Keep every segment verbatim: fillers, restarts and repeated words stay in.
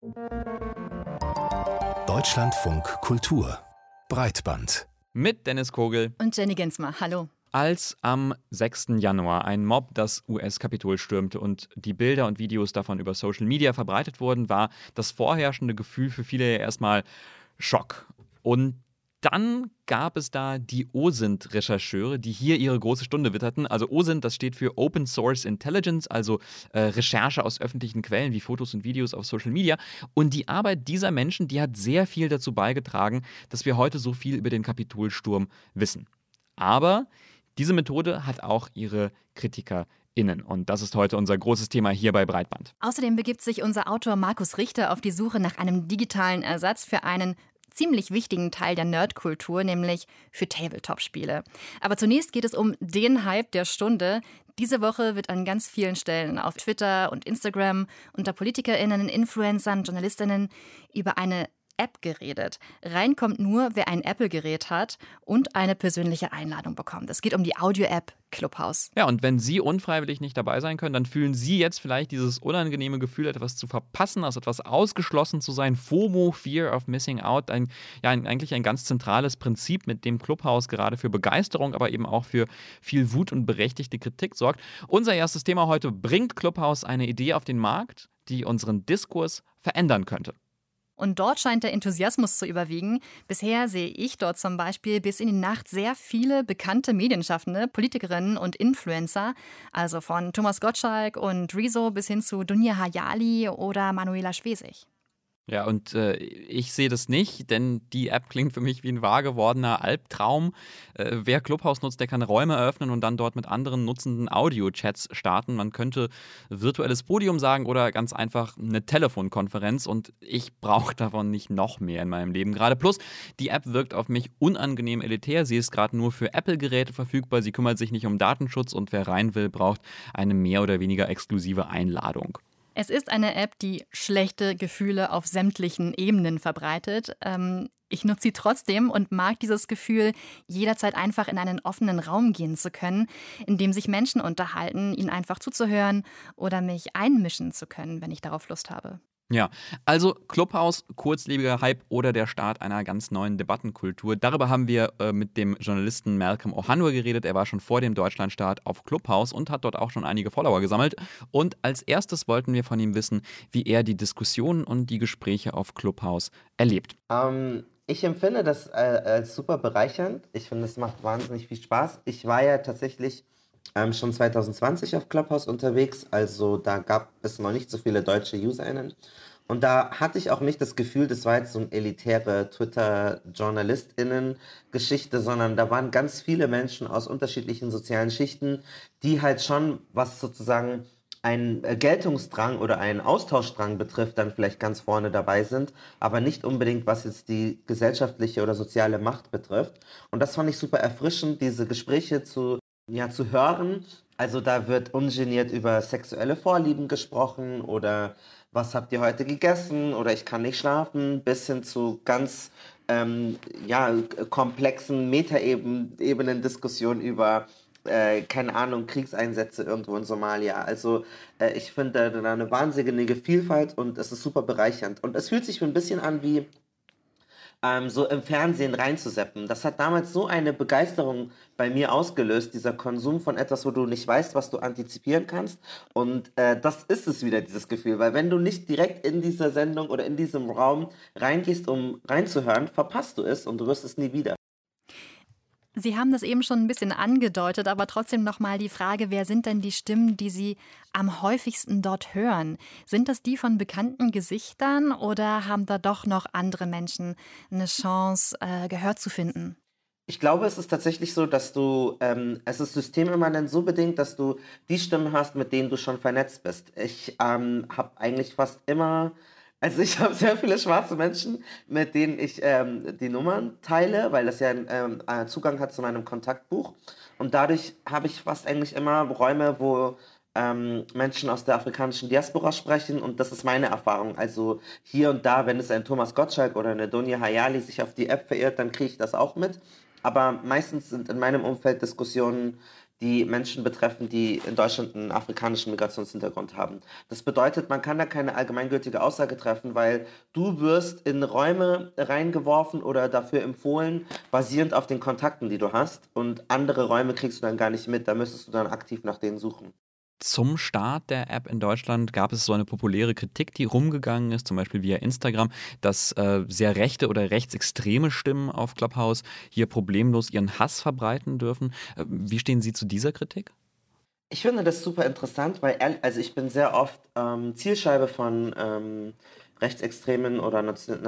Deutschlandfunk Kultur Breitband Mit Dennis Kogel und Jenny Gensmer. Hallo. Als am sechsten Januar ein Mob das U S-Kapitol stürmte und die Bilder und Videos davon über Social Media verbreitet wurden, war das vorherrschende Gefühl für viele ja erstmal Schock. Und dann gab es da die O S I N T-Rechercheure, die hier ihre große Stunde witterten. Also O S I N T, das steht für Open Source Intelligence, also äh, Recherche aus öffentlichen Quellen wie Fotos und Videos auf Social Media. Und die Arbeit dieser Menschen, die hat sehr viel dazu beigetragen, dass wir heute so viel über den Kapitolsturm wissen. Aber diese Methode hat auch ihre KritikerInnen. Und das ist heute unser großes Thema hier bei Breitband. Außerdem begibt sich unser Autor Markus Richter auf die Suche nach einem digitalen Ersatz für einen ziemlich wichtigen Teil der Nerdkultur, nämlich für Tabletop-Spiele. Aber zunächst geht es um den Hype der Stunde. Diese Woche wird an ganz vielen Stellen auf Twitter und Instagram unter PolitikerInnen, Influencern, JournalistInnen über eine App geredet. Reinkommt nur, wer ein Apple-Gerät hat und eine persönliche Einladung bekommt. Es geht um die Audio-App Clubhouse. Ja, und wenn Sie unfreiwillig nicht dabei sein können, dann fühlen Sie jetzt vielleicht dieses unangenehme Gefühl, etwas zu verpassen, aus etwas ausgeschlossen zu sein. FOMO, Fear of Missing Out, ein, ja, ein, eigentlich ein ganz zentrales Prinzip, mit dem Clubhouse gerade für Begeisterung, aber eben auch für viel Wut und berechtigte Kritik sorgt. Unser erstes Thema heute: Bringt Clubhouse eine Idee auf den Markt, die unseren Diskurs verändern könnte? Und dort scheint der Enthusiasmus zu überwiegen. Bisher sehe ich dort zum Beispiel bis in die Nacht sehr viele bekannte Medienschaffende, Politikerinnen und Influencer. Also von Thomas Gottschalk und Rezo bis hin zu Dunja Hayali oder Manuela Schwesig. Ja, und äh, ich sehe das nicht, denn die App klingt für mich wie ein wahr gewordener Albtraum. Äh, wer Clubhouse nutzt, der kann Räume eröffnen und dann dort mit anderen Nutzenden Audio-Chats starten. Man könnte virtuelles Podium sagen oder ganz einfach eine Telefonkonferenz, und ich brauche davon nicht noch mehr in meinem Leben gerade. Plus, die App wirkt auf mich unangenehm elitär. Sie ist gerade nur für Apple-Geräte verfügbar, sie kümmert sich nicht um Datenschutz und wer rein will, braucht eine mehr oder weniger exklusive Einladung. Es ist eine App, die schlechte Gefühle auf sämtlichen Ebenen verbreitet. Ähm, ich nutze sie trotzdem und mag dieses Gefühl, jederzeit einfach in einen offenen Raum gehen zu können, in dem sich Menschen unterhalten, ihnen einfach zuzuhören oder mich einmischen zu können, wenn ich darauf Lust habe. Ja, also Clubhouse, kurzlebiger Hype oder der Start einer ganz neuen Debattenkultur. Darüber haben wir äh, mit dem Journalisten Malcolm Ohanwe geredet. Er war schon vor dem Deutschlandstart auf Clubhouse und hat dort auch schon einige Follower gesammelt. Und als erstes wollten wir von ihm wissen, wie er die Diskussionen und die Gespräche auf Clubhouse erlebt. Ähm, ich empfinde das äh, als super bereichernd. Ich finde, es macht wahnsinnig viel Spaß. Ich war ja tatsächlich ähm, schon zwanzig zwanzig auf Clubhouse unterwegs, also da gab es noch nicht so viele deutsche UserInnen. Und da hatte ich auch nicht das Gefühl, das war jetzt so eine elitäre Twitter-JournalistInnen-Geschichte, sondern da waren ganz viele Menschen aus unterschiedlichen sozialen Schichten, die halt schon, was sozusagen einen Geltungsdrang oder einen Austauschdrang betrifft, dann vielleicht ganz vorne dabei sind, aber nicht unbedingt, was jetzt die gesellschaftliche oder soziale Macht betrifft. Und das fand ich super erfrischend, diese Gespräche zu, ja, zu hören. Also da wird ungeniert über sexuelle Vorlieben gesprochen oder was habt ihr heute gegessen oder ich kann nicht schlafen, bis hin zu ganz ähm, ja, komplexen Metaebenen-Diskussionen über Äh, keine Ahnung, Kriegseinsätze irgendwo in Somalia. Also äh, ich finde da eine wahnsinnige Vielfalt und es ist super bereichernd. Und es fühlt sich ein bisschen an wie ähm, so im Fernsehen reinzuseppen. Das hat damals so eine Begeisterung bei mir ausgelöst, dieser Konsum von etwas, wo du nicht weißt, was du antizipieren kannst. Und äh, das ist es wieder, dieses Gefühl. Weil wenn du nicht direkt in dieser Sendung oder in diesem Raum reingehst, um reinzuhören, verpasst du es und du wirst es nie wieder. Sie haben das eben schon ein bisschen angedeutet, aber trotzdem nochmal die Frage, wer sind denn die Stimmen, die Sie am häufigsten dort hören? Sind das die von bekannten Gesichtern oder haben da doch noch andere Menschen eine Chance, äh, Gehör zu finden? Ich glaube, es ist tatsächlich so, dass du, ähm, es ist systemimmanent so bedingt, dass du die Stimmen hast, mit denen du schon vernetzt bist. Ich ähm, habe eigentlich fast immer, also ich habe sehr viele schwarze Menschen, mit denen ich ähm, die Nummern teile, weil das ja ähm, einen Zugang hat zu meinem Kontaktbuch. Und dadurch habe ich fast eigentlich immer Räume, wo ähm, Menschen aus der afrikanischen Diaspora sprechen, und das ist meine Erfahrung. Also hier und da, wenn es ein Thomas Gottschalk oder eine Dunja Hayali sich auf die App verirrt, dann kriege ich das auch mit. Aber meistens sind in meinem Umfeld Diskussionen, die Menschen betreffen, die in Deutschland einen afrikanischen Migrationshintergrund haben. Das bedeutet, man kann da keine allgemeingültige Aussage treffen, weil du wirst in Räume reingeworfen oder dafür empfohlen, basierend auf den Kontakten, die du hast. Und andere Räume kriegst du dann gar nicht mit. Da müsstest du dann aktiv nach denen suchen. Zum Start der App in Deutschland gab es so eine populäre Kritik, die rumgegangen ist, zum Beispiel via Instagram, dass äh, sehr rechte oder rechtsextreme Stimmen auf Clubhouse hier problemlos ihren Hass verbreiten dürfen. Äh, wie stehen Sie zu dieser Kritik? Ich finde das super interessant, weil ehrlich, also ich bin sehr oft ähm, Zielscheibe von ähm, rechtsextremen oder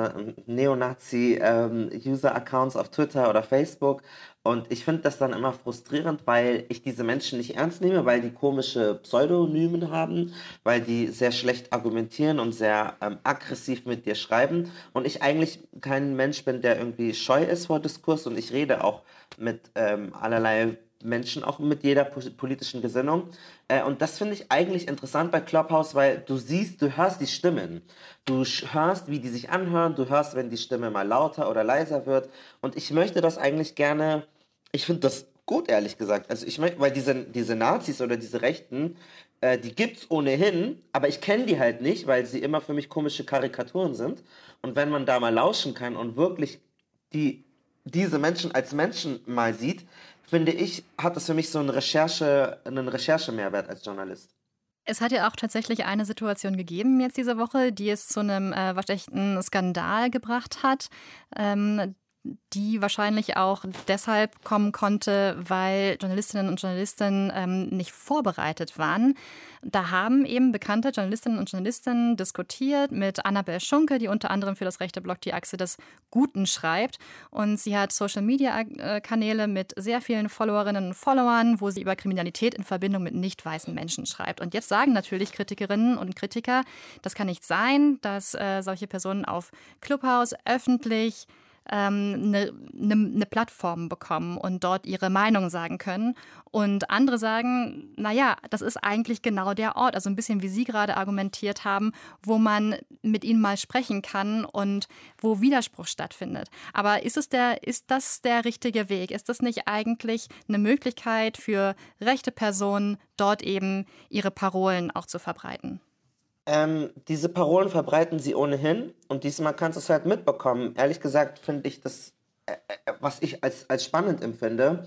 Neonazi-User-Accounts ähm, auf Twitter oder Facebook. Und ich finde das dann immer frustrierend, weil ich diese Menschen nicht ernst nehme, weil die komische Pseudonymen haben, weil die sehr schlecht argumentieren und sehr ähm, aggressiv mit dir schreiben. Und ich eigentlich kein Mensch bin, der irgendwie scheu ist vor Diskurs, und ich rede auch mit ähm, allerlei Menschen, auch mit jeder politischen Gesinnung. Äh, und das finde ich eigentlich interessant bei Clubhouse, weil du siehst, du hörst die Stimmen. Du hörst, wie die sich anhören, du hörst, wenn die Stimme mal lauter oder leiser wird. Und ich möchte das eigentlich gerne, ich finde das gut, ehrlich gesagt. Also ich möchte, weil diese, diese Nazis oder diese Rechten, äh, die gibt's ohnehin, aber ich kenne die halt nicht, weil sie immer für mich komische Karikaturen sind. Und wenn man da mal lauschen kann und wirklich die, diese Menschen als Menschen mal sieht, finde ich, hat das für mich so einen Recherche, einen Recherchemehrwert als Journalist. Es hat ja auch tatsächlich eine Situation gegeben jetzt diese Woche, die es zu einem äh, waschechten Skandal gebracht hat, ähm, die wahrscheinlich auch deshalb kommen konnte, weil Journalistinnen und Journalisten ähm, nicht vorbereitet waren. Da haben eben bekannte Journalistinnen und Journalisten diskutiert mit Annabel Schunke, die unter anderem für das rechte Blog Die Achse des Guten schreibt. Und sie hat Social-Media-Kanäle mit sehr vielen Followerinnen und Followern, wo sie über Kriminalität in Verbindung mit nicht weißen Menschen schreibt. Und jetzt sagen natürlich Kritikerinnen und Kritiker, das kann nicht sein, dass äh, solche Personen auf Clubhouse öffentlich eine, eine, eine Plattform bekommen und dort ihre Meinung sagen können. Und andere sagen, naja, das ist eigentlich genau der Ort, also ein bisschen wie Sie gerade argumentiert haben, wo man mit ihnen mal sprechen kann und wo Widerspruch stattfindet. Aber ist es der, ist das der richtige Weg? Ist das nicht eigentlich eine Möglichkeit für rechte Personen, dort eben ihre Parolen auch zu verbreiten? Ähm, diese Parolen verbreiten sie ohnehin, und diesmal kannst du es halt mitbekommen. Ehrlich gesagt finde ich das, äh, äh, was ich als, als spannend empfinde.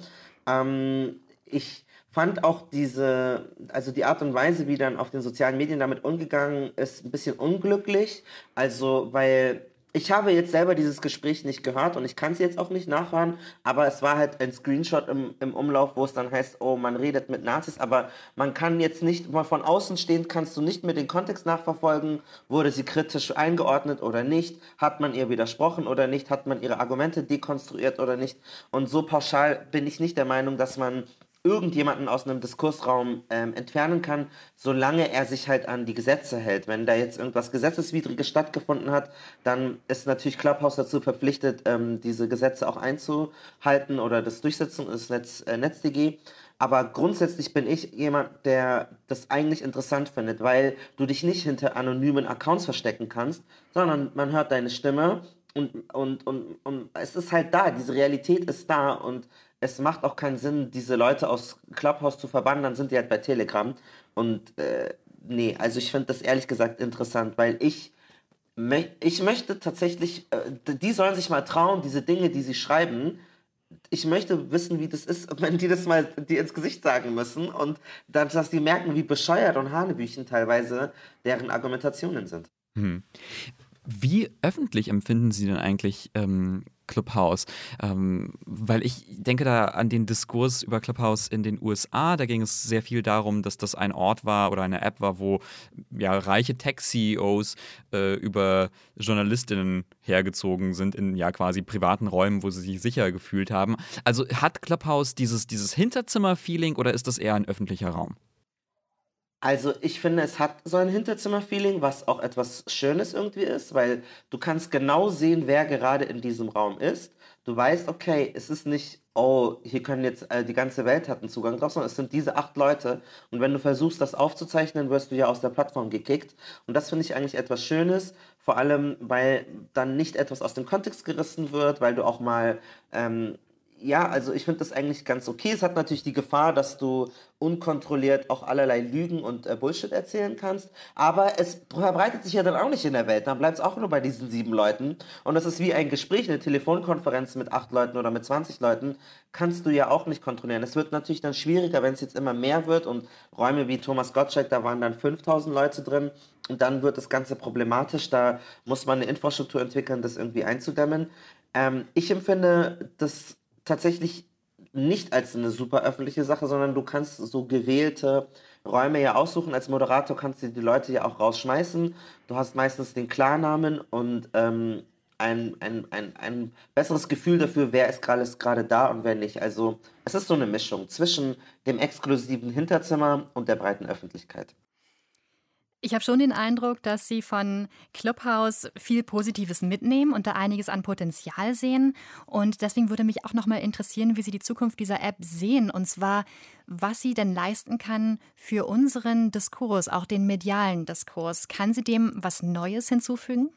Ähm, ich fand auch diese, also die Art und Weise, wie dann auf den sozialen Medien damit umgegangen ist, ein bisschen unglücklich. Also, weil ich habe jetzt selber dieses Gespräch nicht gehört und ich kann es jetzt auch nicht nachhören, aber es war halt ein Screenshot im, im Umlauf, wo es dann heißt, oh, man redet mit Nazis, aber man kann jetzt nicht, mal von außen stehend, kannst du nicht mit den Kontext nachverfolgen, wurde sie kritisch eingeordnet oder nicht, hat man ihr widersprochen oder nicht, hat man ihre Argumente dekonstruiert oder nicht, und so pauschal bin ich nicht der Meinung, dass man irgendjemanden aus einem Diskursraum ähm, entfernen kann, solange er sich halt an die Gesetze hält. Wenn da jetzt irgendwas Gesetzeswidriges stattgefunden hat, dann ist natürlich Clubhouse dazu verpflichtet, ähm, diese Gesetze auch einzuhalten oder das Durchsetzen des Netz, äh, NetzDG. Aber grundsätzlich bin ich jemand, der das eigentlich interessant findet, weil du dich nicht hinter anonymen Accounts verstecken kannst, sondern man hört deine Stimme und, und, und, und es ist halt da, diese Realität ist da, und es macht auch keinen Sinn, diese Leute aus Clubhouse zu verbannen, dann sind die halt bei Telegram. Und äh, nee, also ich finde das ehrlich gesagt interessant, weil ich, mö- ich möchte tatsächlich, äh, die sollen sich mal trauen, diese Dinge, die sie schreiben. Ich möchte wissen, wie das ist, wenn die das mal dir ins Gesicht sagen müssen, und dann, dass die merken, wie bescheuert und hanebüchen teilweise deren Argumentationen sind. Hm. Wie öffentlich empfinden Sie denn eigentlich ähm, Clubhouse? Ähm, weil ich denke da an den Diskurs über Clubhouse in den U S A. Da ging es sehr viel darum, dass das ein Ort war oder eine App war, wo ja, reiche Tech-C E Os äh, über Journalistinnen hergezogen sind in ja quasi privaten Räumen, wo sie sich sicher gefühlt haben. Also hat Clubhouse dieses, dieses Hinterzimmer-Feeling oder ist das eher ein öffentlicher Raum? Also ich finde, es hat so ein Hinterzimmer-Feeling, was auch etwas Schönes irgendwie ist, weil du kannst genau sehen, wer gerade in diesem Raum ist. Du weißt, okay, es ist nicht, oh, hier können jetzt, äh, die ganze Welt hat einen Zugang drauf, sondern es sind diese acht Leute. Und wenn du versuchst, das aufzuzeichnen, wirst du ja aus der Plattform gekickt. Und das finde ich eigentlich etwas Schönes, vor allem, weil dann nicht etwas aus dem Kontext gerissen wird, weil du auch mal ähm, Ja, also ich finde das eigentlich ganz okay. Es hat natürlich die Gefahr, dass du unkontrolliert auch allerlei Lügen und äh, Bullshit erzählen kannst. Aber es verbreitet sich ja dann auch nicht in der Welt. Dann bleibt es auch nur bei diesen sieben Leuten. Und das ist wie ein Gespräch, eine Telefonkonferenz mit acht Leuten oder mit zwanzig Leuten. Kannst du ja auch nicht kontrollieren. Es wird natürlich dann schwieriger, wenn es jetzt immer mehr wird. Und Räume wie Thomas Gottschalk, da waren dann fünftausend Leute drin. Und dann wird das Ganze problematisch. Da muss man eine Infrastruktur entwickeln, das irgendwie einzudämmen. Ähm, ich empfinde das tatsächlich nicht als eine super öffentliche Sache, sondern du kannst so gewählte Räume ja aussuchen. Als Moderator kannst du die Leute ja auch rausschmeißen. Du hast meistens den Klarnamen und ähm, ein, ein, ein, ein besseres Gefühl dafür, wer ist gerade ist gerade da und wer nicht. Also es ist so eine Mischung zwischen dem exklusiven Hinterzimmer und der breiten Öffentlichkeit. Ich habe schon den Eindruck, dass Sie von Clubhouse viel Positives mitnehmen und da einiges an Potenzial sehen. Und deswegen würde mich auch noch mal interessieren, wie Sie die Zukunft dieser App sehen. Und zwar, was sie denn leisten kann für unseren Diskurs, auch den medialen Diskurs. Kann sie dem was Neues hinzufügen?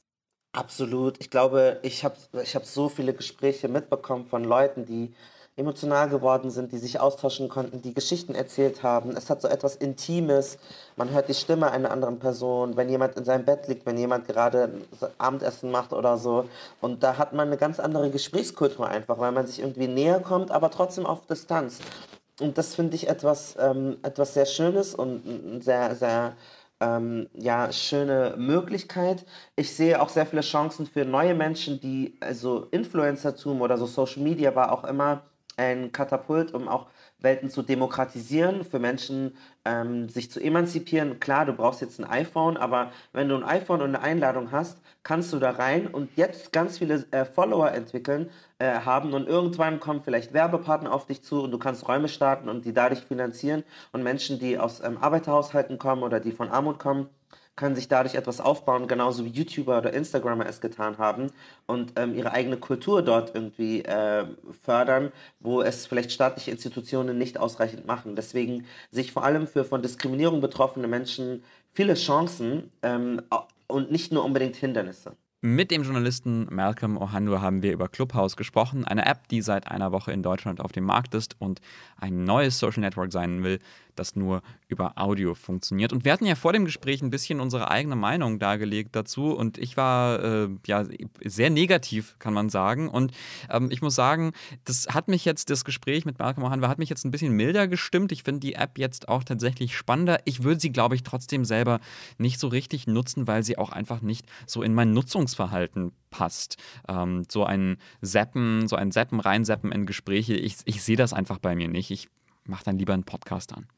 Absolut. Ich glaube, ich habe ich hab so viele Gespräche mitbekommen von Leuten, die emotional geworden sind, die sich austauschen konnten, die Geschichten erzählt haben. Es hat so etwas Intimes. Man hört die Stimme einer anderen Person, wenn jemand in seinem Bett liegt, wenn jemand gerade so Abendessen macht oder so. Und da hat man eine ganz andere Gesprächskultur einfach, weil man sich irgendwie näher kommt, aber trotzdem auf Distanz. Und das finde ich etwas, ähm, etwas sehr Schönes und eine sehr, sehr ähm, ja, schöne Möglichkeit. Ich sehe auch sehr viele Chancen für neue Menschen, die, also Influencertum oder so Social Media war auch immer ein Katapult, um auch Welten zu demokratisieren, für Menschen ähm, sich zu emanzipieren. Klar, du brauchst jetzt ein iPhone, aber wenn du ein iPhone und eine Einladung hast, kannst du da rein und jetzt ganz viele äh, Follower entwickeln, äh, haben und irgendwann kommen vielleicht Werbepartner auf dich zu und du kannst Räume starten und die dadurch finanzieren und Menschen, die aus ähm, Arbeiterhaushalten kommen oder die von Armut kommen, können sich dadurch etwas aufbauen, genauso wie YouTuber oder Instagramer es getan haben und ähm, ihre eigene Kultur dort irgendwie äh, fördern, wo es vielleicht staatliche Institutionen nicht ausreichend machen. Deswegen sehe ich vor allem für von Diskriminierung betroffene Menschen viele Chancen ähm, und nicht nur unbedingt Hindernisse. Mit dem Journalisten Malcolm Ohanwe haben wir über Clubhouse gesprochen, eine App, die seit einer Woche in Deutschland auf dem Markt ist und ein neues Social Network sein will, das nur über Audio funktioniert. Und wir hatten ja vor dem Gespräch ein bisschen unsere eigene Meinung dargelegt dazu und ich war äh, ja sehr negativ, kann man sagen. Und ähm, ich muss sagen, das hat mich jetzt, das Gespräch mit Malcolm Ohanwe hat mich jetzt ein bisschen milder gestimmt. Ich finde die App jetzt auch tatsächlich spannender. Ich würde sie, glaube ich, trotzdem selber nicht so richtig nutzen, weil sie auch einfach nicht so in mein Nutzungsverhalten passt. Ähm, so ein Zappen, so ein Zappen, reinzappen in Gespräche, ich, ich sehe das einfach bei mir nicht. Ich mach dann lieber einen Podcast an.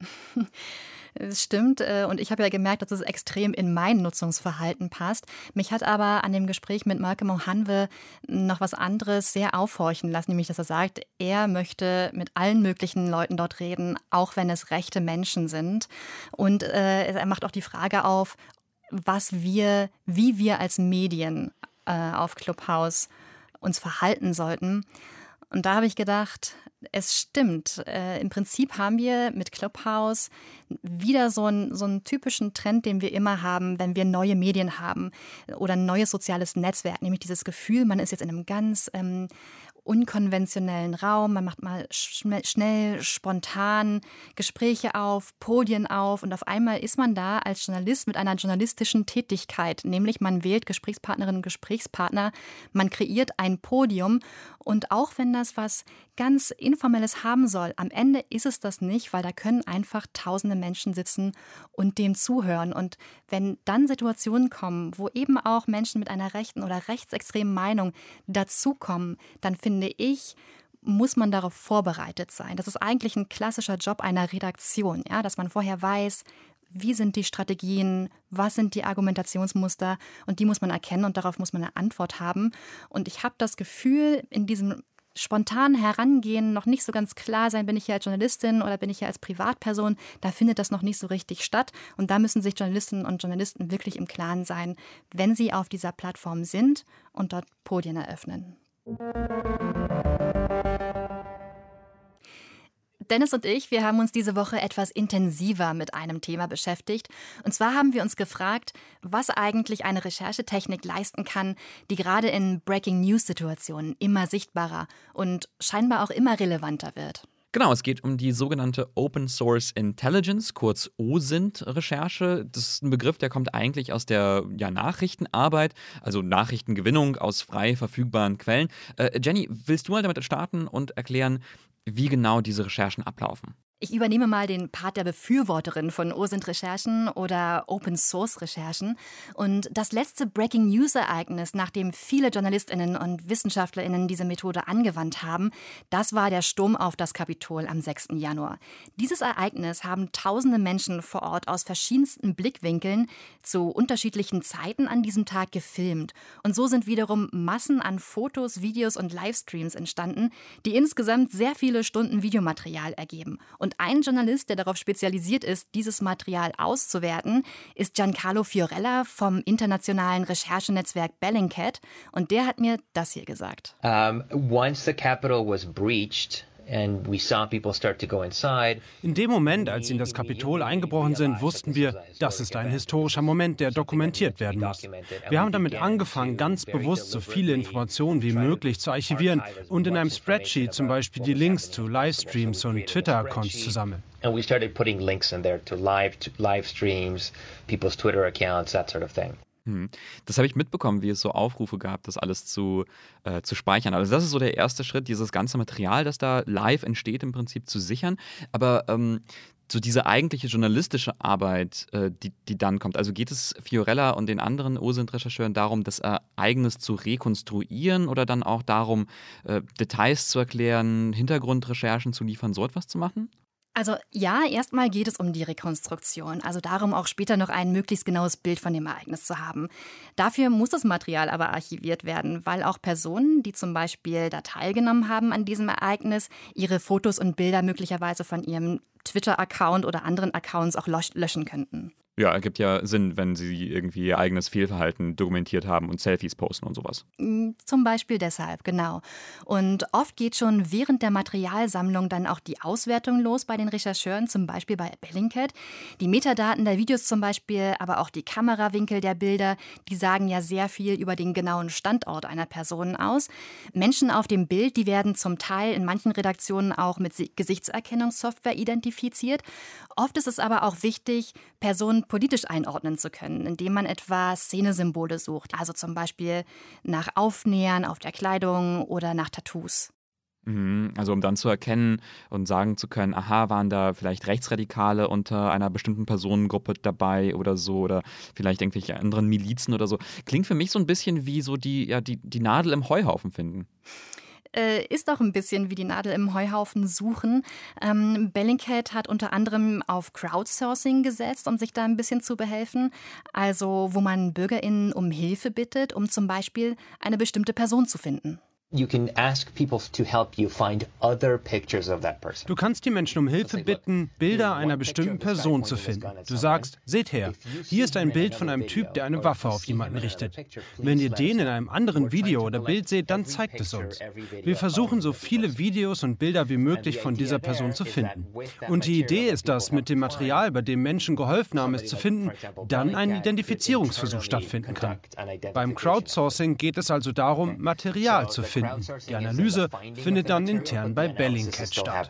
Das stimmt. Und ich habe ja gemerkt, dass es extrem in mein Nutzungsverhalten passt. Mich hat aber an dem Gespräch mit Malcolm Ohanwe noch was anderes sehr aufhorchen lassen, nämlich, dass er sagt, er möchte mit allen möglichen Leuten dort reden, auch wenn es rechte Menschen sind. Und äh, er macht auch die Frage auf, was wir, wie wir als Medien äh, auf Clubhouse uns verhalten sollten. Und da habe ich gedacht, es stimmt. Äh, Im Prinzip haben wir mit Clubhouse wieder so einen, so einen typischen Trend, den wir immer haben, wenn wir neue Medien haben oder ein neues soziales Netzwerk, nämlich dieses Gefühl, man ist jetzt in einem ganz ähm, unkonventionellen Raum, man macht mal sch- schnell, spontan Gespräche auf, Podien auf und auf einmal ist man da als Journalist mit einer journalistischen Tätigkeit, nämlich man wählt Gesprächspartnerinnen und Gesprächspartner, man kreiert ein Podium und auch wenn das was ganz Informelles haben soll, am Ende ist es das nicht, weil da können einfach tausende Menschen sitzen und dem zuhören. Und wenn dann Situationen kommen, wo eben auch Menschen mit einer rechten oder rechtsextremen Meinung dazukommen, dann finde ich, muss man darauf vorbereitet sein. Das ist eigentlich ein klassischer Job einer Redaktion, ja, dass man vorher weiß, wie sind die Strategien, was sind die Argumentationsmuster und die muss man erkennen und darauf muss man eine Antwort haben. Und ich habe das Gefühl, in diesem spontanen Herangehen noch nicht so ganz klar sein, bin ich hier als Journalistin oder bin ich hier als Privatperson, da findet das noch nicht so richtig statt. Und da müssen sich Journalistinnen und Journalisten wirklich im Klaren sein, wenn sie auf dieser Plattform sind und dort Podien eröffnen. Dennis und ich, wir haben uns diese Woche etwas intensiver mit einem Thema beschäftigt. Und zwar haben wir uns gefragt, was eigentlich eine Recherchetechnik leisten kann, die gerade in Breaking-News-Situationen immer sichtbarer und scheinbar auch immer relevanter wird. Genau, es geht um die sogenannte Open Source Intelligence, kurz O S I N T-Recherche. Das ist ein Begriff, der kommt eigentlich aus der ja, Nachrichtenarbeit, also Nachrichtengewinnung aus frei verfügbaren Quellen. Äh, Jenny, willst du mal damit starten und erklären, wie genau diese Recherchen ablaufen? Ich übernehme mal den Part der Befürworterin von O S I N T-Recherchen oder Open-Source-Recherchen. Und das letzte Breaking-News-Ereignis, nachdem viele JournalistInnen und WissenschaftlerInnen diese Methode angewandt haben, das war der Sturm auf das Kapitol am sechsten Januar. Dieses Ereignis haben tausende Menschen vor Ort aus verschiedensten Blickwinkeln zu unterschiedlichen Zeiten an diesem Tag gefilmt. Und so sind wiederum Massen an Fotos, Videos und Livestreams entstanden, die insgesamt sehr viele Stunden Videomaterial ergeben. Und ein Journalist, der darauf spezialisiert ist, dieses Material auszuwerten, ist Giancarlo Fiorella vom internationalen Recherchenetzwerk Bellingcat. Und der hat mir das hier gesagt. Um, once the Capitol was breached, and we saw people start to go inside. In dem Moment, als sie in das Kapitol eingebrochen sind, wussten wir, das ist ein historischer Moment, der dokumentiert werden muss. Wir haben damit angefangen, ganz bewusst so viele Informationen wie möglich zu archivieren und in einem Spreadsheet zum Beispiel die Links zu Livestreams und Twitter-Accounts zu sammeln. And we started putting links in there to live to live streams, people's Twitter accounts, that sort of thing. Das habe ich mitbekommen, wie es so Aufrufe gab, das alles zu, äh, zu speichern. Also das ist so der erste Schritt, dieses ganze Material, das da live entsteht, im Prinzip zu sichern. Aber ähm, so diese eigentliche journalistische Arbeit, äh, die, die dann kommt, also geht es Fiorella und den anderen O S I N T-Rechercheuren darum, das Ereignis zu rekonstruieren oder dann auch darum, äh, Details zu erklären, Hintergrundrecherchen zu liefern, so etwas zu machen? Also ja, erstmal geht es um die Rekonstruktion, also darum, auch später noch ein möglichst genaues Bild von dem Ereignis zu haben. Dafür muss das Material aber archiviert werden, weil auch Personen, die zum Beispiel da teilgenommen haben an diesem Ereignis, ihre Fotos und Bilder möglicherweise von ihrem Twitter-Account oder anderen Accounts auch löschen könnten. Ja, ergibt ja Sinn, wenn sie irgendwie ihr eigenes Fehlverhalten dokumentiert haben und Selfies posten und sowas. Zum Beispiel deshalb, genau. Und oft geht schon während der Materialsammlung dann auch die Auswertung los bei den Rechercheuren, zum Beispiel bei Bellingcat. Die Metadaten der Videos zum Beispiel, aber auch die Kamerawinkel der Bilder, die sagen ja sehr viel über den genauen Standort einer Person aus. Menschen auf dem Bild, die werden zum Teil in manchen Redaktionen auch mit Gesichtserkennungssoftware identifiziert. Oft ist es aber auch wichtig, Personen politisch einordnen zu können, indem man etwa Szenesymbole sucht, also zum Beispiel nach Aufnähern auf der Kleidung oder nach Tattoos. Also um dann zu erkennen und sagen zu können, aha, waren da vielleicht Rechtsradikale unter einer bestimmten Personengruppe dabei oder so oder vielleicht irgendwelche anderen Milizen oder so. Klingt für mich so ein bisschen wie so die, ja, die, die Nadel im Heuhaufen finden. Ist auch ein bisschen wie die Nadel im Heuhaufen suchen. Ähm, Bellingcat hat unter anderem auf Crowdsourcing gesetzt, um sich da ein bisschen zu behelfen. Also wo man BürgerInnen um Hilfe bittet, um zum Beispiel eine bestimmte Person zu finden. You can ask people to help you find other pictures of that person. Du kannst die Menschen um Hilfe bitten, Bilder einer bestimmten Person zu finden. Du sagst, seht her, hier ist ein Bild von einem Typ, der eine Waffe auf jemanden richtet. Wenn ihr den in einem anderen Video oder Bild seht, dann zeigt es uns. Wir versuchen, so viele Videos und Bilder wie möglich von dieser Person zu finden. Und die Idee ist, dass mit dem Material, bei dem Menschen geholfen haben, es zu finden, dann ein Identifizierungsversuch stattfinden kann. Beim Crowdsourcing geht es also darum, Material zu finden. Die Analyse findet dann intern bei Bellingcat statt.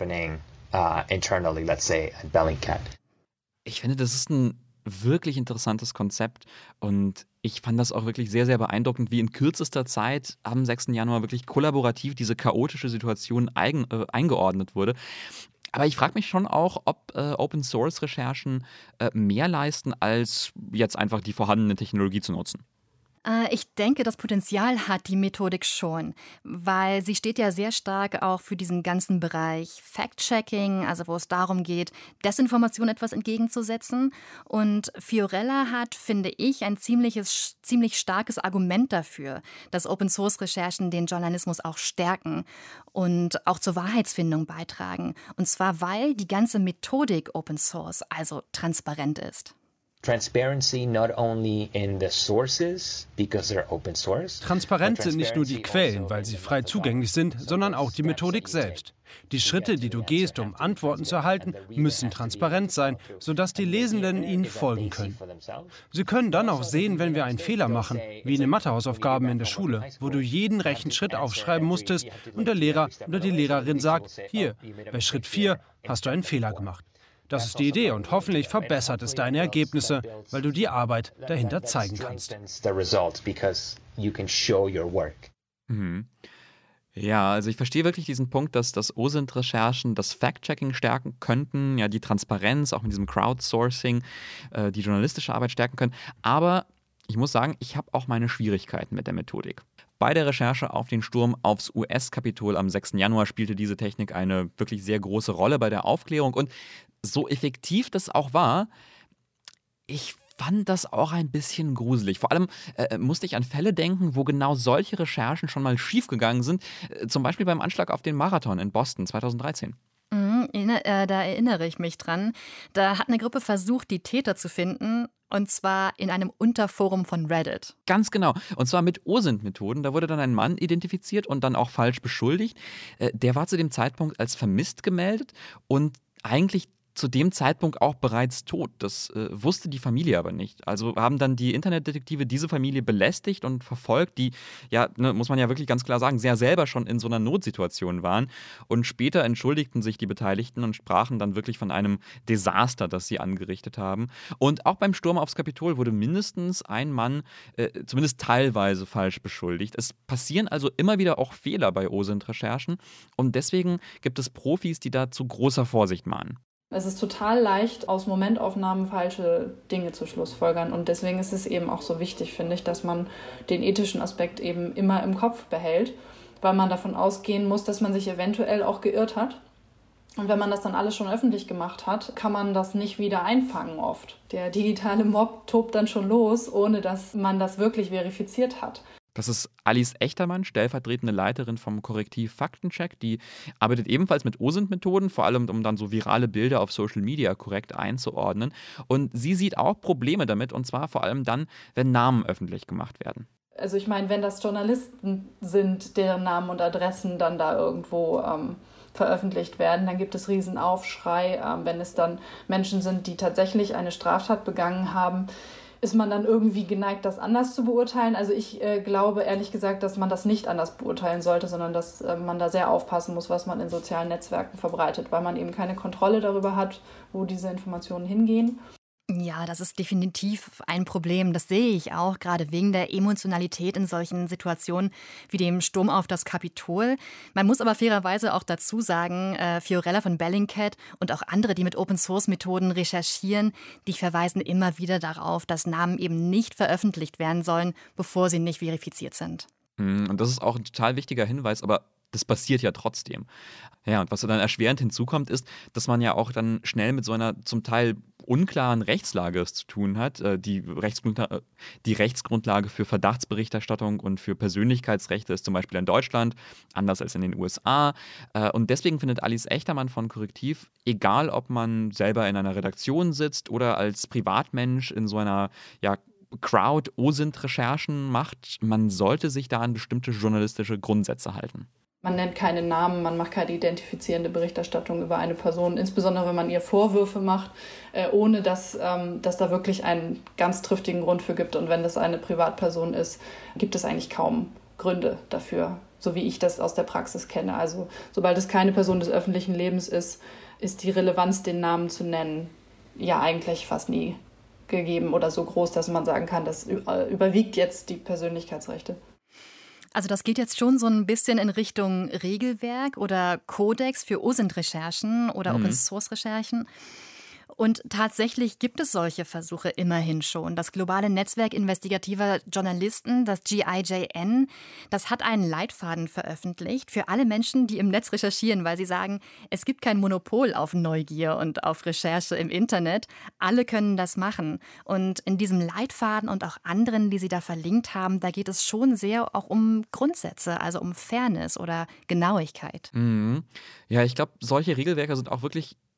Ich finde, das ist ein wirklich interessantes Konzept und ich fand das auch wirklich sehr, sehr beeindruckend, wie in kürzester Zeit am sechsten Januar wirklich kollaborativ diese chaotische Situation eigen, äh, eingeordnet wurde. Aber ich frage mich schon auch, ob äh, Open-Source-Recherchen äh, mehr leisten, als jetzt einfach die vorhandene Technologie zu nutzen. Ich denke, das Potenzial hat die Methodik schon, weil sie steht ja sehr stark auch für diesen ganzen Bereich Fact-Checking, also wo es darum geht, Desinformation etwas entgegenzusetzen. Und Fiorella hat, finde ich, ein ziemliches, ziemlich starkes Argument dafür, dass Open-Source-Recherchen den Journalismus auch stärken und auch zur Wahrheitsfindung beitragen. Und zwar, weil die ganze Methodik Open-Source, also transparent ist. Transparency not only in the sources because they're open source. Transparent sind nicht nur die Quellen, weil sie frei zugänglich sind, sondern auch die Methodik selbst. Die Schritte, die du gehst, um Antworten zu erhalten, müssen transparent sein, sodass die Lesenden ihnen folgen können. Sie können dann auch sehen, wenn wir einen Fehler machen, wie in den Mathehausaufgaben in der Schule, wo du jeden Rechenschritt aufschreiben musstest und der Lehrer oder die Lehrerin sagt, hier, bei Schritt vier hast du einen Fehler gemacht. Das ist die Idee und hoffentlich verbessert es deine Ergebnisse, weil du die Arbeit dahinter zeigen kannst. Mhm. Ja, also ich verstehe wirklich diesen Punkt, dass das O S I N T-Recherchen das Fact-Checking stärken könnten, ja, die Transparenz, auch mit diesem Crowdsourcing, äh, die journalistische Arbeit stärken können. Aber ich muss sagen, ich habe auch meine Schwierigkeiten mit der Methodik. Bei der Recherche auf den Sturm aufs U S-Kapitol am sechsten Januar spielte diese Technik eine wirklich sehr große Rolle bei der Aufklärung. Und so effektiv das auch war, ich fand das auch ein bisschen gruselig. Vor allem äh, musste ich an Fälle denken, wo genau solche Recherchen schon mal schiefgegangen sind. Äh, zum Beispiel beim Anschlag auf den Marathon in Boston zweitausenddreizehn. Mhm, äh, da erinnere ich mich dran. Da hat eine Gruppe versucht, die Täter zu finden. Und zwar in einem Unterforum von Reddit. Ganz genau. Und zwar mit O S I N T-Methoden. Da wurde dann ein Mann identifiziert und dann auch falsch beschuldigt. Äh, der war zu dem Zeitpunkt als vermisst gemeldet und eigentlich zu dem Zeitpunkt auch bereits tot. Das äh, wusste die Familie aber nicht. Also haben dann die Internetdetektive diese Familie belästigt und verfolgt, die, ja, ne, muss man ja wirklich ganz klar sagen, sehr selber schon in so einer Notsituation waren. Und später entschuldigten sich die Beteiligten und sprachen dann wirklich von einem Desaster, das sie angerichtet haben. Und auch beim Sturm aufs Kapitol wurde mindestens ein Mann äh, zumindest teilweise falsch beschuldigt. Es passieren also immer wieder auch Fehler bei O S I N T-Recherchen. Und deswegen gibt es Profis, die da zu großer Vorsicht mahnen. Es ist total leicht, aus Momentaufnahmen falsche Dinge zu schlussfolgern. Und deswegen ist es eben auch so wichtig, finde ich, dass man den ethischen Aspekt eben immer im Kopf behält, weil man davon ausgehen muss, dass man sich eventuell auch geirrt hat. Und wenn man das dann alles schon öffentlich gemacht hat, kann man das nicht wieder einfangen oft. Der digitale Mob tobt dann schon los, ohne dass man das wirklich verifiziert hat. Das ist Alice Echtermann, stellvertretende Leiterin vom Korrektiv Faktencheck. Die arbeitet ebenfalls mit O S I N T-Methoden, vor allem um dann so virale Bilder auf Social Media korrekt einzuordnen. Und sie sieht auch Probleme damit, und zwar vor allem dann, wenn Namen öffentlich gemacht werden. Also ich meine, wenn das Journalisten sind, deren Namen und Adressen dann da irgendwo ähm, veröffentlicht werden, dann gibt es riesen Aufschrei. Ähm, wenn es dann Menschen sind, die tatsächlich eine Straftat begangen haben, ist man dann irgendwie geneigt, das anders zu beurteilen? Also ich äh, glaube ehrlich gesagt, dass man das nicht anders beurteilen sollte, sondern dass äh, man da sehr aufpassen muss, was man in sozialen Netzwerken verbreitet, weil man eben keine Kontrolle darüber hat, wo diese Informationen hingehen. Ja, das ist definitiv ein Problem. Das sehe ich auch, gerade wegen der Emotionalität in solchen Situationen wie dem Sturm auf das Kapitol. Man muss aber fairerweise auch dazu sagen, äh, Fiorella von Bellingcat und auch andere, die mit Open-Source-Methoden recherchieren, die verweisen immer wieder darauf, dass Namen eben nicht veröffentlicht werden sollen, bevor sie nicht verifiziert sind. Und das ist auch ein total wichtiger Hinweis, aber das passiert ja trotzdem. Ja, und was dann erschwerend hinzukommt, ist, dass man ja auch dann schnell mit so einer zum Teil unklaren Rechtslage es zu tun hat. Die Rechtsgrundlage, die Rechtsgrundlage für Verdachtsberichterstattung und für Persönlichkeitsrechte ist zum Beispiel in Deutschland anders als in den U S A. Und deswegen findet Alice Echtermann von Korrektiv, egal ob man selber in einer Redaktion sitzt oder als Privatmensch in so einer, ja, Crowd-O S I N T-Recherchen macht, man sollte sich da an bestimmte journalistische Grundsätze halten. Man nennt keine Namen, man macht keine identifizierende Berichterstattung über eine Person, insbesondere wenn man ihr Vorwürfe macht, äh, ohne dass ähm, dass da wirklich einen ganz triftigen Grund für gibt. Und wenn das eine Privatperson ist, gibt es eigentlich kaum Gründe dafür, so wie ich das aus der Praxis kenne. Also sobald es keine Person des öffentlichen Lebens ist, ist die Relevanz, den Namen zu nennen, ja eigentlich fast nie gegeben oder so groß, dass man sagen kann, das überwiegt jetzt die Persönlichkeitsrechte. Also das geht jetzt schon so ein bisschen in Richtung Regelwerk oder Kodex für O S I N T-Recherchen oder Mhm. Open-Source-Recherchen. Und tatsächlich gibt es solche Versuche immerhin schon. Das globale Netzwerk investigativer Journalisten, das G I J N, das hat einen Leitfaden veröffentlicht für alle Menschen, die im Netz recherchieren, weil sie sagen, es gibt kein Monopol auf Neugier und auf Recherche im Internet. Alle können das machen. Und in diesem Leitfaden und auch anderen, die sie da verlinkt haben, da geht es schon sehr auch um Grundsätze, also um Fairness oder Genauigkeit. Mhm. Ja, ich glaube, solche Regelwerke sind auch wirklich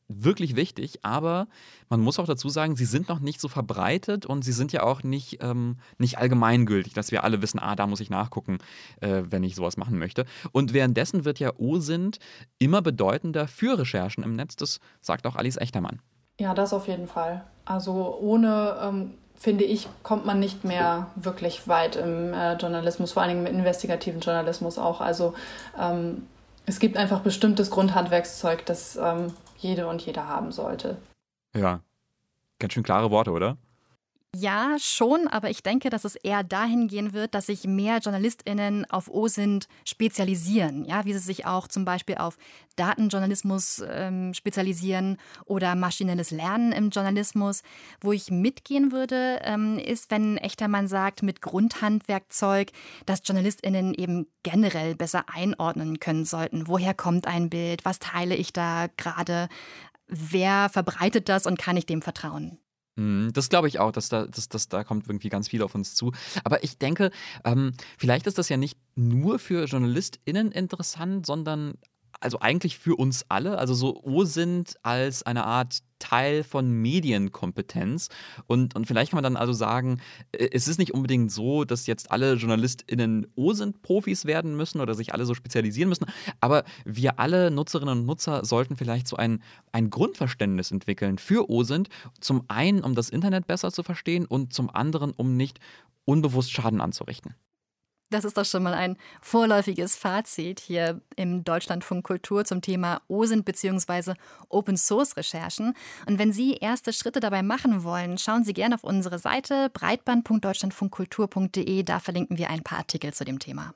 wirklich wichtig, aber man muss auch dazu sagen, sie sind noch nicht so verbreitet und sie sind ja auch nicht, ähm, nicht allgemeingültig, dass wir alle wissen, ah, da muss ich nachgucken, äh, wenn ich sowas machen möchte. Und währenddessen wird ja O S I N T immer bedeutender für Recherchen im Netz, das sagt auch Alice Echtermann. Ja, das auf jeden Fall. Also ohne, ähm, finde ich, kommt man nicht mehr wirklich weit im äh, Journalismus, vor allen Dingen im investigativen Journalismus auch. Also ähm, es gibt einfach bestimmtes Grundhandwerkszeug, das ähm, jede und jeder haben sollte. Ja, ganz schön klare Worte, oder? Ja, schon, aber ich denke, dass es eher dahin gehen wird, dass sich mehr JournalistInnen auf O S I N T spezialisieren. Ja, wie sie sich auch zum Beispiel auf Datenjournalismus ähm, spezialisieren oder maschinelles Lernen im Journalismus. Wo ich mitgehen würde, ähm, ist, wenn Echtermann sagt, mit Grundhandwerkzeug, dass JournalistInnen eben generell besser einordnen können sollten. Woher kommt ein Bild? Was teile ich da gerade? Wer verbreitet das und kann ich dem vertrauen? Das glaube ich auch, dass da, dass, dass da kommt irgendwie ganz viel auf uns zu. Aber ich denke, ähm, vielleicht ist das ja nicht nur für JournalistInnen interessant, sondern also eigentlich für uns alle. Also so O S I N T als eine Art Teil von Medienkompetenz. Und, und vielleicht kann man dann also sagen, es ist nicht unbedingt so, dass jetzt alle JournalistInnen O S I N T-Profis werden müssen oder sich alle so spezialisieren müssen. Aber wir alle Nutzerinnen und Nutzer sollten vielleicht so ein, ein Grundverständnis entwickeln für O S I N T. Zum einen, um das Internet besser zu verstehen und zum anderen, um nicht unbewusst Schaden anzurichten. Das ist doch schon mal ein vorläufiges Fazit hier im Deutschlandfunk Kultur zum Thema O S I N T bzw. Open-Source-Recherchen. Und wenn Sie erste Schritte dabei machen wollen, schauen Sie gerne auf unsere Seite breitband punkt deutschlandfunkkultur punkt de. Da verlinken wir ein paar Artikel zu dem Thema.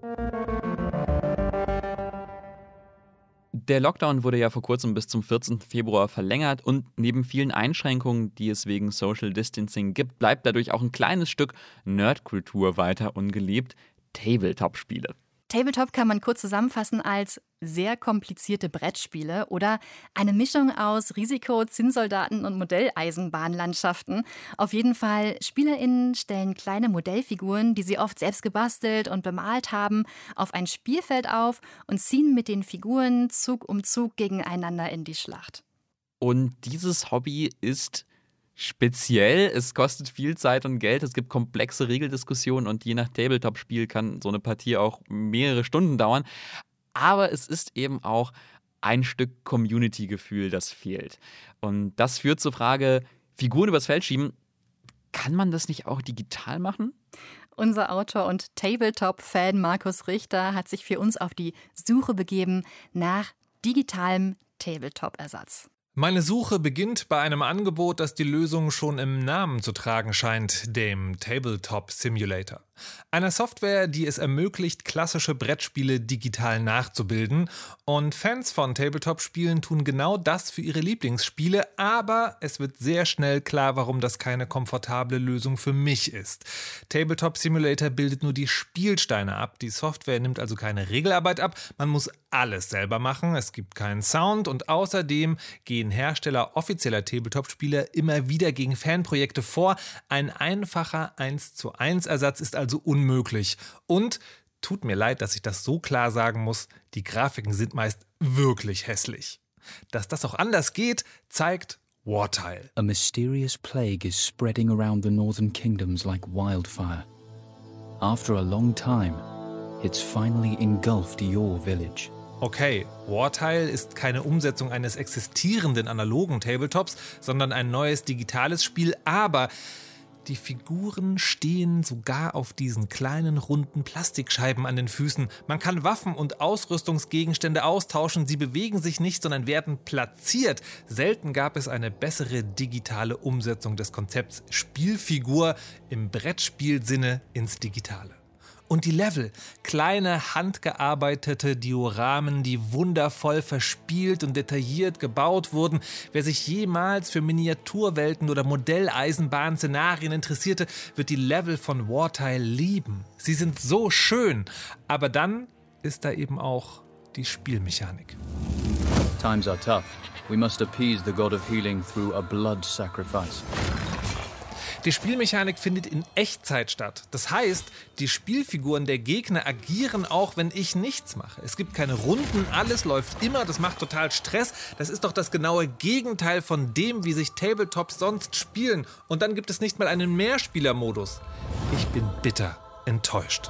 Der Lockdown wurde ja vor kurzem bis zum vierzehnten Februar verlängert und neben vielen Einschränkungen, die es wegen Social Distancing gibt, bleibt dadurch auch ein kleines Stück Nerdkultur weiter ungelebt: Tabletop-Spiele. Tabletop kann man kurz zusammenfassen als sehr komplizierte Brettspiele oder eine Mischung aus Risiko, Zinnsoldaten und Modelleisenbahnlandschaften. Auf jeden Fall, SpielerInnen stellen kleine Modellfiguren, die sie oft selbst gebastelt und bemalt haben, auf ein Spielfeld auf und ziehen mit den Figuren Zug um Zug gegeneinander in die Schlacht. Und dieses Hobby ist speziell, es kostet viel Zeit und Geld, es gibt komplexe Regeldiskussionen und je nach Tabletop-Spiel kann so eine Partie auch mehrere Stunden dauern. Aber es ist eben auch ein Stück Community-Gefühl, das fehlt. Und das führt zur Frage, Figuren übers Feld schieben, kann man das nicht auch digital machen? Unser Autor und Tabletop-Fan Markus Richter hat sich für uns auf die Suche begeben nach digitalem Tabletop-Ersatz. Meine Suche beginnt bei einem Angebot, das die Lösung schon im Namen zu tragen scheint, dem Tabletop Simulator. Einer Software, die es ermöglicht, klassische Brettspiele digital nachzubilden. Und Fans von Tabletop-Spielen tun genau das für ihre Lieblingsspiele, aber es wird sehr schnell klar, warum das keine komfortable Lösung für mich ist. Tabletop Simulator bildet nur die Spielsteine ab, die Software nimmt also keine Regelarbeit ab, man muss alles selber machen, es gibt keinen Sound und außerdem gehen Hersteller offizieller Tabletop-Spiele immer wieder gegen Fanprojekte vor. Ein einfacher eins zu eins Ersatz ist also unmöglich. Und, tut mir leid, dass ich das so klar sagen muss, die Grafiken sind meist wirklich hässlich. Dass das auch anders geht, zeigt Wartile. A mysterious plague is spreading around the northern kingdoms like wildfire. After a long time, it's finally engulfed your village. Okay, Wartile ist keine Umsetzung eines existierenden analogen Tabletops, sondern ein neues digitales Spiel, aber die Figuren stehen sogar auf diesen kleinen runden Plastikscheiben an den Füßen. Man kann Waffen und Ausrüstungsgegenstände austauschen, sie bewegen sich nicht, sondern werden platziert. Selten gab es eine bessere digitale Umsetzung des Konzepts Spielfigur im Brettspielsinne ins Digitale. Und die Level, kleine handgearbeitete Dioramen, die wundervoll verspielt und detailliert gebaut wurden. Wer sich jemals für Miniaturwelten oder Modelleisenbahn-Szenarien interessierte, wird die Level von Wartile lieben. Sie sind so schön, aber dann ist da eben auch die Spielmechanik. Times are tough. We must appease the god of healing through a blood sacrifice. Die Spielmechanik findet in Echtzeit statt. Das heißt, die Spielfiguren der Gegner agieren auch, wenn ich nichts mache. Es gibt keine Runden, alles läuft immer, das macht total Stress. Das ist doch das genaue Gegenteil von dem, wie sich Tabletops sonst spielen. Und dann gibt es nicht mal einen Mehrspielermodus. Ich bin bitter enttäuscht.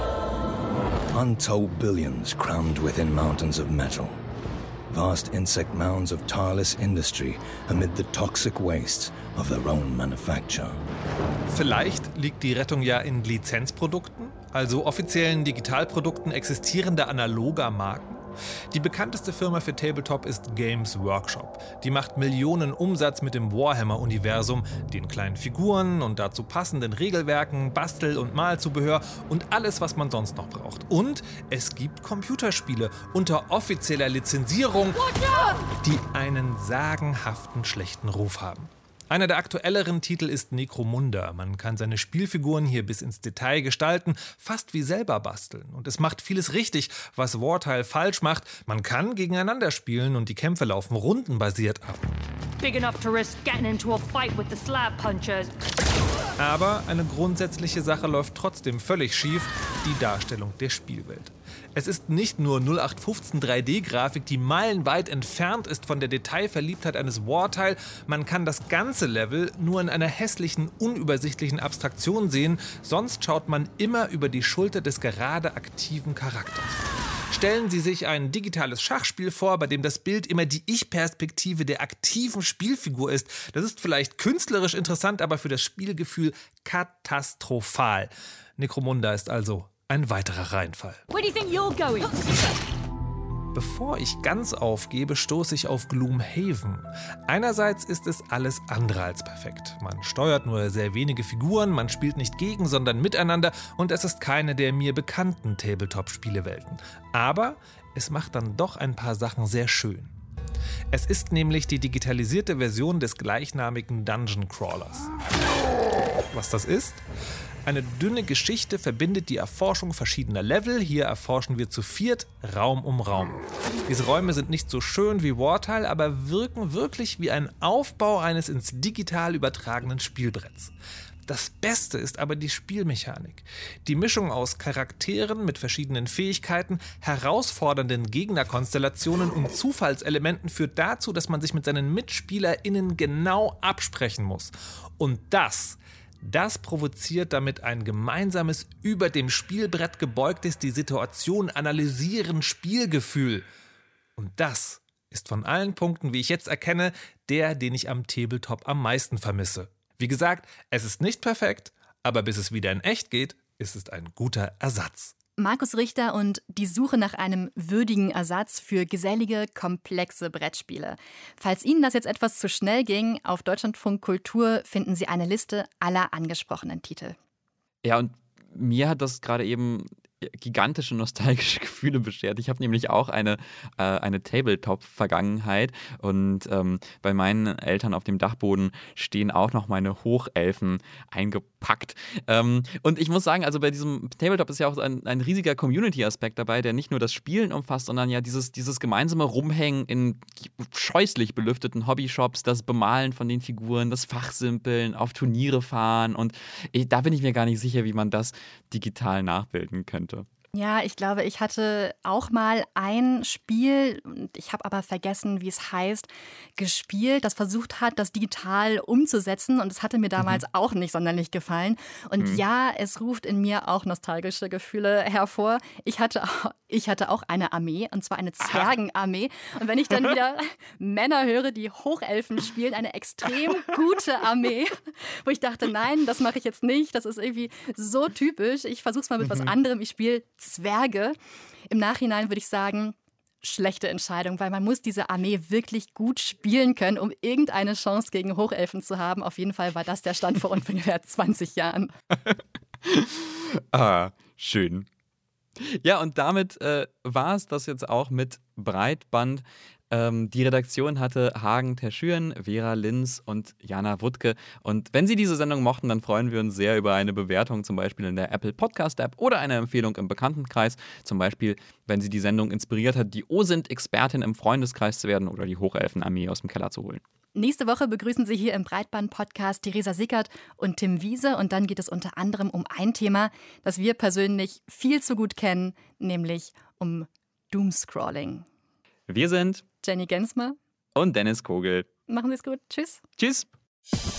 Untold billions crammed within mountains of metal. Vast insect mounds of tireless industry amid the toxic wastes of their own manufacture. Vielleicht liegt die Rettung ja in Lizenzprodukten, also offiziellen Digitalprodukten existierender analoger Marken. Die bekannteste Firma für Tabletop ist Games Workshop. Die macht Millionen Umsatz mit dem Warhammer-Universum, den kleinen Figuren und dazu passenden Regelwerken, Bastel- und Malzubehör und alles, was man sonst noch braucht. Und es gibt Computerspiele unter offizieller Lizenzierung, die einen sagenhaften schlechten Ruf haben. Einer der aktuelleren Titel ist Necromunda. Man kann seine Spielfiguren hier bis ins Detail gestalten, fast wie selber basteln. Und es macht vieles richtig, was Wartile falsch macht. Man kann gegeneinander spielen und die Kämpfe laufen rundenbasiert ab. Big enough to risk getting into a fight with the slab punchers. Aber eine grundsätzliche Sache läuft trotzdem völlig schief: die Darstellung der Spielwelt. Es ist nicht nur null acht fünfzehn drei D-Grafik, die meilenweit entfernt ist von der Detailverliebtheit eines Wartile. Man kann das ganze Level nur in einer hässlichen, unübersichtlichen Abstraktion sehen, sonst schaut man immer über die Schulter des gerade aktiven Charakters. Stellen Sie sich ein digitales Schachspiel vor, bei dem das Bild immer die Ich-Perspektive der aktiven Spielfigur ist. Das ist vielleicht künstlerisch interessant, aber für das Spielgefühl katastrophal. Necromunda ist also ein weiterer Reinfall. Where do you think you're going? Bevor ich ganz aufgebe, stoße ich auf Gloomhaven. Einerseits ist es alles andere als perfekt. Man steuert nur sehr wenige Figuren, man spielt nicht gegen, sondern miteinander und es ist keine der mir bekannten Tabletop-Spielewelten. Aber es macht dann doch ein paar Sachen sehr schön. Es ist nämlich die digitalisierte Version des gleichnamigen Dungeon Crawlers. Was das ist? Eine dünne Geschichte verbindet die Erforschung verschiedener Level. Hier erforschen wir zu viert Raum um Raum. Diese Räume sind nicht so schön wie Wartile, aber wirken wirklich wie ein Aufbau eines ins digital übertragenen Spielbretts. Das Beste ist aber die Spielmechanik. Die Mischung aus Charakteren mit verschiedenen Fähigkeiten, herausfordernden Gegnerkonstellationen und Zufallselementen führt dazu, dass man sich mit seinen MitspielerInnen genau absprechen muss. Und das Das provoziert damit ein gemeinsames, über dem Spielbrett gebeugtes, die Situation analysieren Spielgefühl. Und das ist von allen Punkten, wie ich jetzt erkenne, der, den ich am Tabletop am meisten vermisse. Wie gesagt, es ist nicht perfekt, aber bis es wieder in echt geht, ist es ein guter Ersatz. Markus Richter und die Suche nach einem würdigen Ersatz für gesellige, komplexe Brettspiele. Falls Ihnen das jetzt etwas zu schnell ging, auf Deutschlandfunk Kultur finden Sie eine Liste aller angesprochenen Titel. Ja, und mir hat das gerade eben gigantische nostalgische Gefühle beschert. Ich habe nämlich auch eine, äh, eine Tabletop-Vergangenheit und ähm, bei meinen Eltern auf dem Dachboden stehen auch noch meine Hochelfen eingepackt. Ähm, und ich muss sagen, also bei diesem Tabletop ist ja auch ein, ein riesiger Community-Aspekt dabei, der nicht nur das Spielen umfasst, sondern ja dieses, dieses gemeinsame Rumhängen in scheußlich belüfteten Hobbyshops, das Bemalen von den Figuren, das Fachsimpeln, auf Turniere fahren und ich, da bin ich mir gar nicht sicher, wie man das digital nachbilden könnte. Ja, ich glaube, ich hatte auch mal ein Spiel, ich habe aber vergessen, wie es heißt, gespielt, das versucht hat, das digital umzusetzen und es hatte mir damals mhm. auch nicht sonderlich gefallen. Und mhm. ja, es ruft in mir auch nostalgische Gefühle hervor. Ich hatte, ich hatte auch eine Armee, und zwar eine Zwergenarmee. Und wenn ich dann wieder Männer höre, die Hochelfen spielen, eine extrem gute Armee, wo ich dachte, nein, das mache ich jetzt nicht, das ist irgendwie so typisch. Ich versuche es mal mit mhm. was anderem, ich spiele Zwerge. Im Nachhinein würde ich sagen, schlechte Entscheidung, weil man muss diese Armee wirklich gut spielen können, um irgendeine Chance gegen Hochelfen zu haben. Auf jeden Fall war das der Stand vor ungefähr zwanzig Jahren. Ah, schön. Ja, und damit äh, war es das jetzt auch mit Breitband. Ähm, die Redaktion hatte Hagen Terschüren, Vera Linz und Jana Wuttke. Und wenn Sie diese Sendung mochten, dann freuen wir uns sehr über eine Bewertung, zum Beispiel in der Apple Podcast App oder eine Empfehlung im Bekanntenkreis. Zum Beispiel, wenn Sie die Sendung inspiriert hat, die OSINT-Expertin im Freundeskreis zu werden oder die Hochelfenarmee aus dem Keller zu holen. Nächste Woche begrüßen Sie hier im Breitband-Podcast Theresa Sickert und Tim Wiese. Und dann geht es unter anderem um ein Thema, das wir persönlich viel zu gut kennen, nämlich um Doomscrolling. Wir sind Jenny Gensmer und Dennis Kogel. Machen Sie es gut. Tschüss. Tschüss.